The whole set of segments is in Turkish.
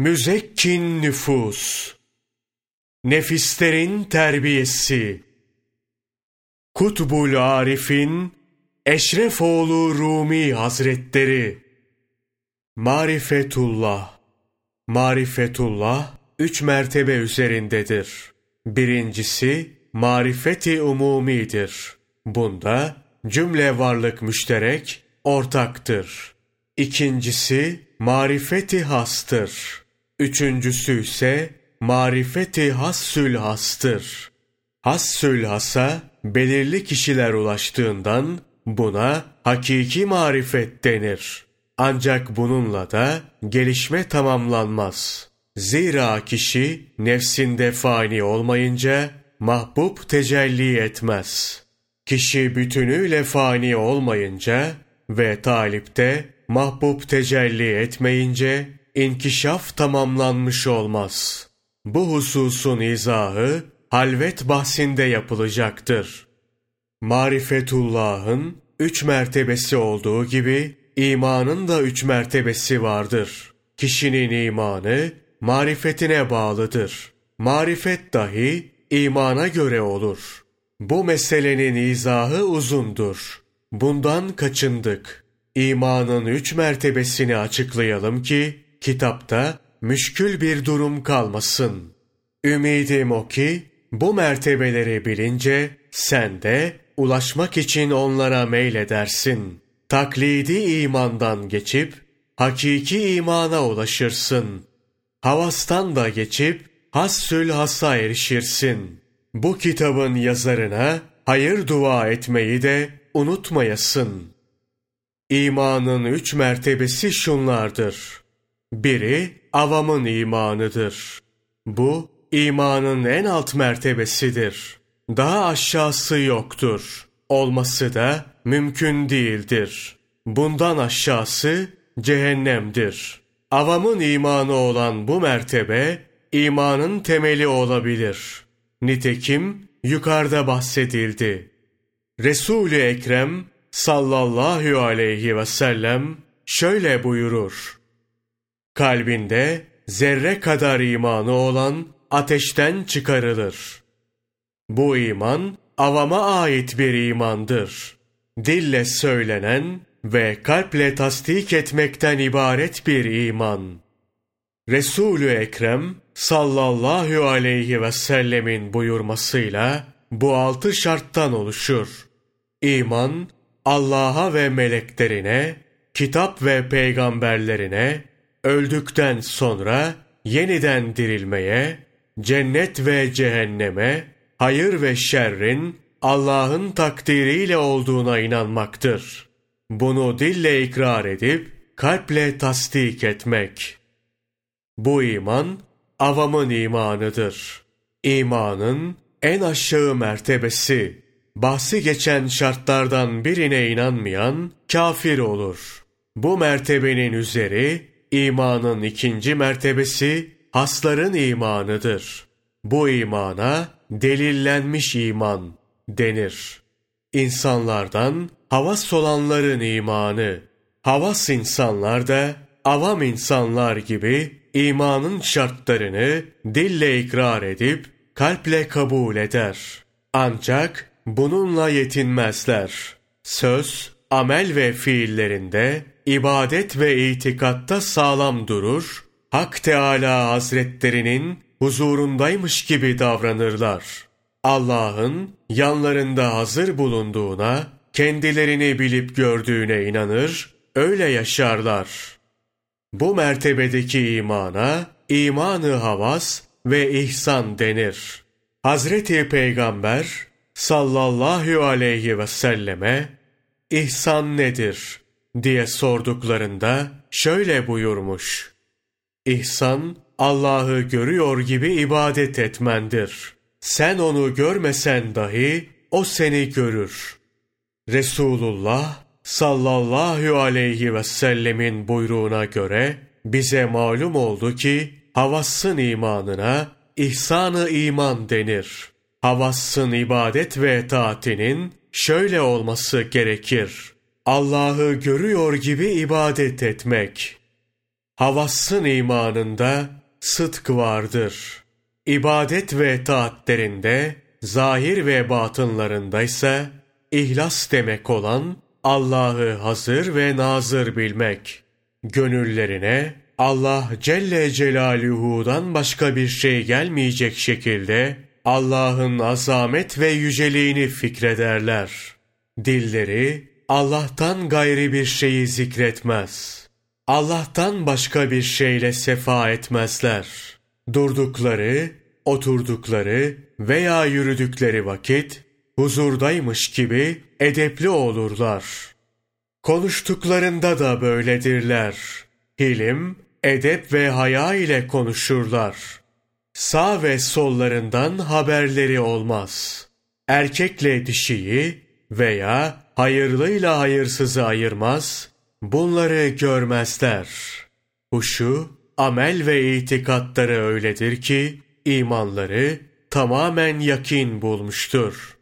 müzekkin nüfus, nefislerin terbiyesi, Kutbul Arif'in Eşrefoğlu Rumi Hazretleri. Marifetullah. Marifetullah 3 mertebe üzerindedir. Birincisi marifeti umumidir. Bunda cümle varlık müşterek, ortaktır. İkincisi marifeti hastır. Üçüncüsü ise marifeti hassül hastır. Hassül hasa belirli kişiler ulaştığından buna hakiki marifet denir. Ancak bununla da gelişme tamamlanmaz. Zira kişi nefsinde fani olmayınca mahbub tecelli etmez. Kişi bütünüyle fani olmayınca ve talipte mahbub tecelli etmeyince inkişaf tamamlanmış olmaz. Bu hususun izahı halvet bahsinde yapılacaktır. Marifetullah'ın 3 mertebesi olduğu gibi imanın da 3 mertebesi vardır. Kişinin imanı marifetine bağlıdır. Marifet dahi imana göre olur. Bu meselenin izahı uzundur. Bundan kaçındık. İmanın 3 mertebesini açıklayalım ki kitapta müşkül bir durum kalmasın. Ümidim o ki bu mertebeleri bilince sen de ulaşmak için onlara meyledersin. Taklidi imandan geçip hakiki imana ulaşırsın. Havastan da geçip hassül hassa erişirsin. Bu kitabın yazarına hayır dua etmeyi de unutmayasın. İmanın 3 mertebesi şunlardır. Biri avamın imanıdır. Bu imanın en alt mertebesidir. Daha aşağısı yoktur. Olması da mümkün değildir. Bundan aşağısı cehennemdir. Avamın imanı olan bu mertebe imanın temeli olabilir. Nitekim yukarıda bahsedildi. Resul-i Ekrem sallallahu aleyhi ve sellem şöyle buyurur. Kalbinde zerre kadar imanı olan ateşten çıkarılır. Bu iman avama ait bir imandır. Dille söylenen ve kalple tasdik etmekten ibaret bir iman. Resul-ü Ekrem sallallahu aleyhi ve sellemin buyurmasıyla bu 6 şarttan oluşur. İman, Allah'a ve meleklerine, kitap ve peygamberlerine, öldükten sonra yeniden dirilmeye, cennet ve cehenneme, hayır ve şerrin Allah'ın takdiriyle olduğuna inanmaktır. Bunu dille ikrar edip kalple tasdik etmek. Bu iman avamın imanıdır. İmanın en aşağı mertebesi, bahsi geçen şartlardan birine inanmayan kafir olur. Bu mertebenin üzeri imanın 2. mertebesi hasların imanıdır. Bu imana delillenmiş iman denir. İnsanlardan havas olanların imanı. Havas insanlar da avam insanlar gibi imanın şartlarını dille ikrar edip kalple kabul eder. Ancak bununla yetinmezler. Söz, amel ve fiillerinde, ibadet ve itikatta sağlam durur, Hak Teâlâ Hazretlerinin huzurundaymış gibi davranırlar. Allah'ın yanlarında hazır bulunduğuna, kendilerini bilip gördüğüne inanır, öyle yaşarlar. Bu mertebedeki imana, iman-ı havas ve ihsan denir. Hazreti Peygamber sallallahu aleyhi ve selleme ihsan nedir diye sorduklarında şöyle buyurmuş. İhsan, Allah'ı görüyor gibi ibadet etmendir. Sen onu görmesen dahi o seni görür. Resulullah sallallahu aleyhi ve sellemin buyruğuna göre bize malum oldu ki havassın imanına ihsan-ı iman denir. Havassın ibadet ve taatinin şöyle olması gerekir. Allah'ı görüyor gibi ibadet etmek. Havassın imanında sıdk vardır. İbadet ve taatlerinde, zahir ve batınlarındaysa, ihlas demek olan Allah'ı hazır ve nazır bilmek. Gönüllerine Allah Celle Celaluhu'dan başka bir şey gelmeyecek şekilde Allah'ın azamet ve yüceliğini fikrederler. Dilleri Allah'tan gayri bir şeyi zikretmez. Allah'tan başka bir şeyle sefa etmezler. Durdukları, oturdukları veya yürüdükleri vakit huzurdaymış gibi edepli olurlar. Konuştuklarında da böyledirler. Hilim, edep ve haya ile konuşurlar. Sağ ve sollarından haberleri olmaz. Erkekle dişiyi veya hayırlıyla hayırsızı ayırmaz, bunları görmezler. Huşu, amel ve itikatları öyledir ki, imanları tamamen yakin bulmuştur.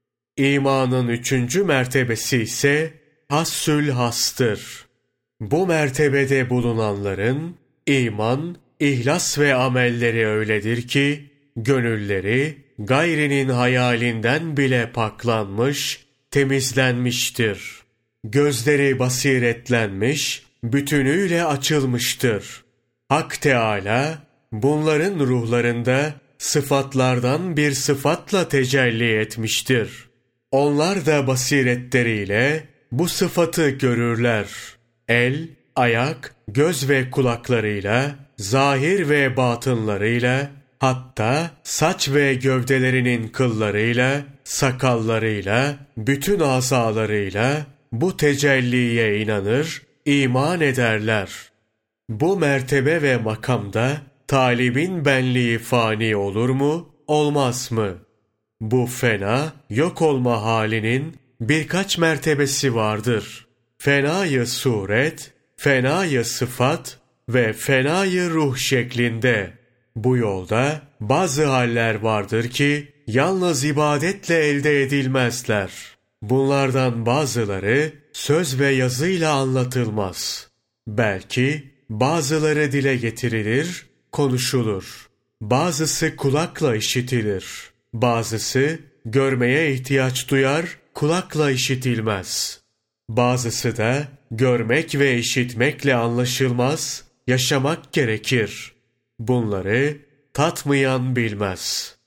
İmanın 3. mertebesi ise hassül hastır. Bu mertebede bulunanların iman, ihlas ve amelleri öyledir ki, gönülleri gayrinin hayalinden bile paklanmış, temizlenmiştir. Gözleri basiretlenmiş, bütünüyle açılmıştır. Hak Teâlâ, bunların ruhlarında sıfatlardan bir sıfatla tecelli etmiştir. Onlar da basiretleriyle bu sıfatı görürler. El, ayak, göz ve kulaklarıyla, zahir ve batınlarıyla, hatta saç ve gövdelerinin kıllarıyla, sakallarıyla, bütün azalarıyla bu tecelliye inanır, iman ederler. Bu mertebe ve makamda talibin benliği fani olur mu, olmaz mı? Bu fena, yok olma halinin birkaç mertebesi vardır. Fenayı suret, fenayı sıfat ve fenayı ruh şeklinde. Bu yolda bazı haller vardır ki yalnız ibadetle elde edilmezler. Bunlardan bazıları söz ve yazıyla anlatılmaz. Belki bazıları dile getirilir, konuşulur. Bazısı kulakla işitilir. Bazısı görmeye ihtiyaç duyar, kulakla işitilmez. Bazısı da görmek ve işitmekle anlaşılmaz, yaşamak gerekir. Bunları tatmayan bilmez.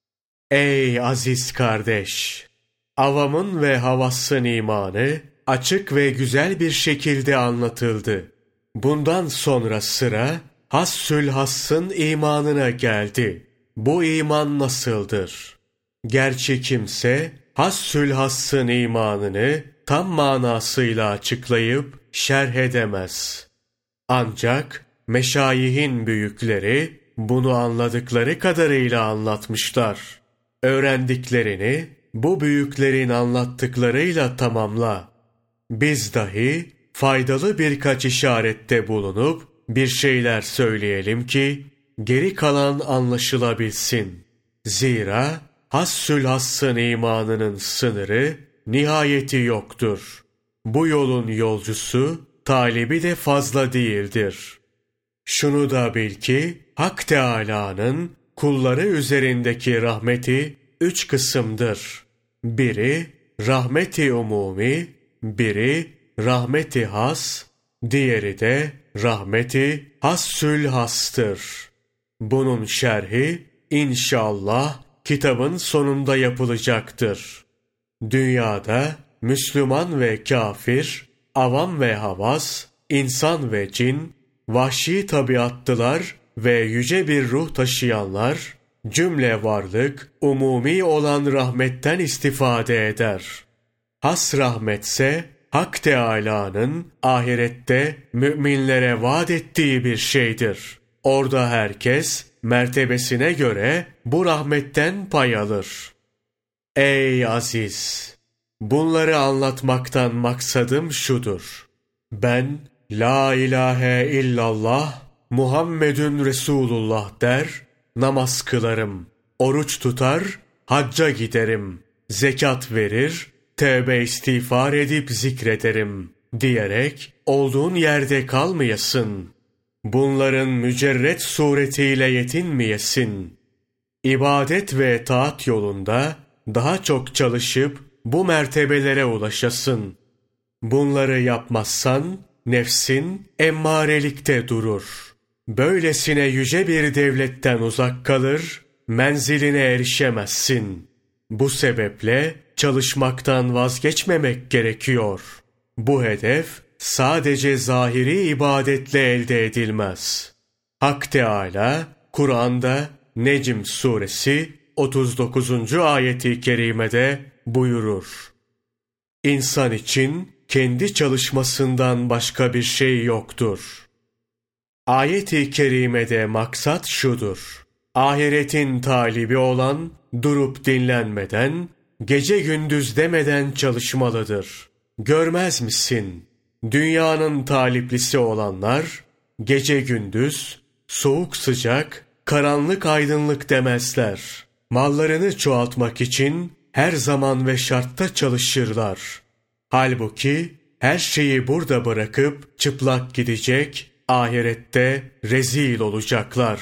Ey aziz kardeş! Avamın ve havassın imanı açık ve güzel bir şekilde anlatıldı. Bundan sonra sıra hassül hassın imanına geldi. Bu iman nasıldır? Gerçi kimse hassül hassın imanını tam manasıyla açıklayıp şerh edemez. Ancak meşayihin büyükleri bunu anladıkları kadarıyla anlatmışlar. Öğrendiklerini bu büyüklerin anlattıklarıyla tamamla. Biz dahi faydalı birkaç işarette bulunup bir şeyler söyleyelim ki geri kalan anlaşılabilsin. Zira hassül hassın imanının sınırı, nihayeti yoktur. Bu yolun yolcusu, talibi de fazla değildir. Şunu da bil ki, Hak Teâlâ'nın kulları üzerindeki rahmeti 3 kısımdır. Biri rahmeti umumi, biri rahmeti has, diğeri de rahmeti hassül hastır. Bunun şerhi inşallah kitabın sonunda yapılacaktır. Dünyada Müslüman ve kafir, avam ve havas, insan ve cin, vahşi tabiatlılar ve yüce bir ruh taşıyanlar, cümle varlık, umumi olan rahmetten istifade eder. Has rahmetse, Hak Teâlâ'nın ahirette müminlere vaat ettiği bir şeydir. Orada herkes mertebesine göre bu rahmetten pay alır. Ey aziz! Bunları anlatmaktan maksadım şudur. Ben La ilahe illallah Muhammedun Resulullah der, namaz kılarım, oruç tutar, hacca giderim, zekat verir, tevbe istiğfar edip zikrederim diyerek olduğun yerde kalmayasın. Bunların mücerret suretiyle yetinmeyesin. İbadet ve taat yolunda daha çok çalışıp bu mertebelere ulaşasın. Bunları yapmazsan nefsin emmarelikte durur. Böylesine yüce bir devletten uzak kalır, menziline erişemezsin. Bu sebeple çalışmaktan vazgeçmemek gerekiyor. Bu hedef sadece zahiri ibadetle elde edilmez. Hak Teâlâ, Kur'an'da Necm suresi 39. ayeti kerimede buyurur. İnsan için kendi çalışmasından başka bir şey yoktur. Ayet-i kerimede maksat şudur: ahiretin talibi olan durup dinlenmeden, gece gündüz demeden çalışmalıdır. Görmez misin? Dünyanın taliplisi olanlar gece gündüz, soğuk sıcak, karanlık aydınlık demezler. Mallarını çoğaltmak için her zaman ve şartta çalışırlar. Halbuki her şeyi burada bırakıp çıplak gidecek, ahirette rezil olacaklar.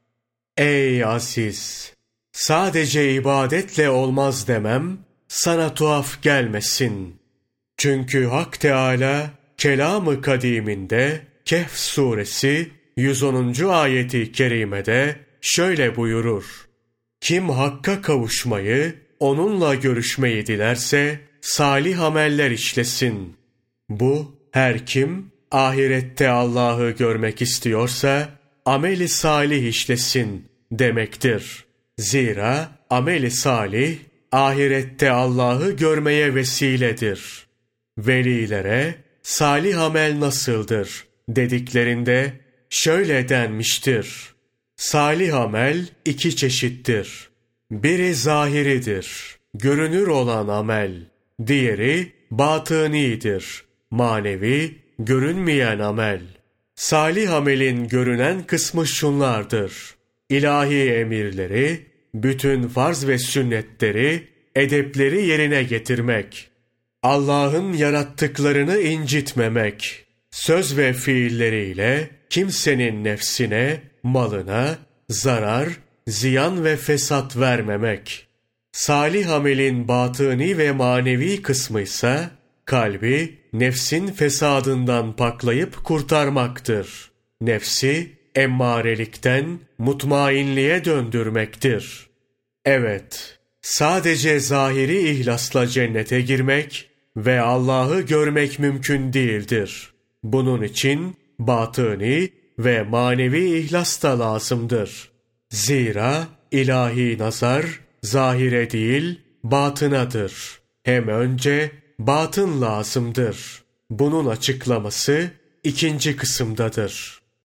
Ey aziz! Sadece ibadetle olmaz demem, sana tuhaf gelmesin. Çünkü Hak Teâlâ, Kelam-ı Kadîm'inde Kehf suresi 110. ayeti kerimede şöyle buyurur: kim Hakk'a kavuşmayı, onunla görüşmeyi dilerse, salih ameller işlesin. Bu, her kim ahirette Allah'ı görmek istiyorsa, ameli salih işlesin demektir. Zira ameli salih, ahirette Allah'ı görmeye vesiledir. Velilere, salih amel nasıldır dediklerinde, şöyle denmiştir: salih amel iki çeşittir. Biri zahiridir, görünür olan amel. Diğeri batınidir, manevi, görünmeyen amel. Salih amelin görünen kısmı şunlardır: İlahi emirleri, bütün farz ve sünnetleri, edepleri yerine getirmek. Allah'ın yarattıklarını incitmemek. Söz ve fiilleriyle kimsenin nefsine, malına zarar, ziyan ve fesat vermemek. Salih amelin batıni ve manevi kısmıysa, kalbi nefsin fesadından paklayıp kurtarmaktır. Nefsi emmarelikten mutmainliğe döndürmektir. Evet, sadece zahiri ihlasla cennete girmek ve Allah'ı görmek mümkün değildir. Bunun için batıni ve manevi ihlas da lazımdır. Zira ilahi nazar zahire değil batınadır. Hem önce batın lazımdır. Bunun açıklaması ikinci kısımdadır.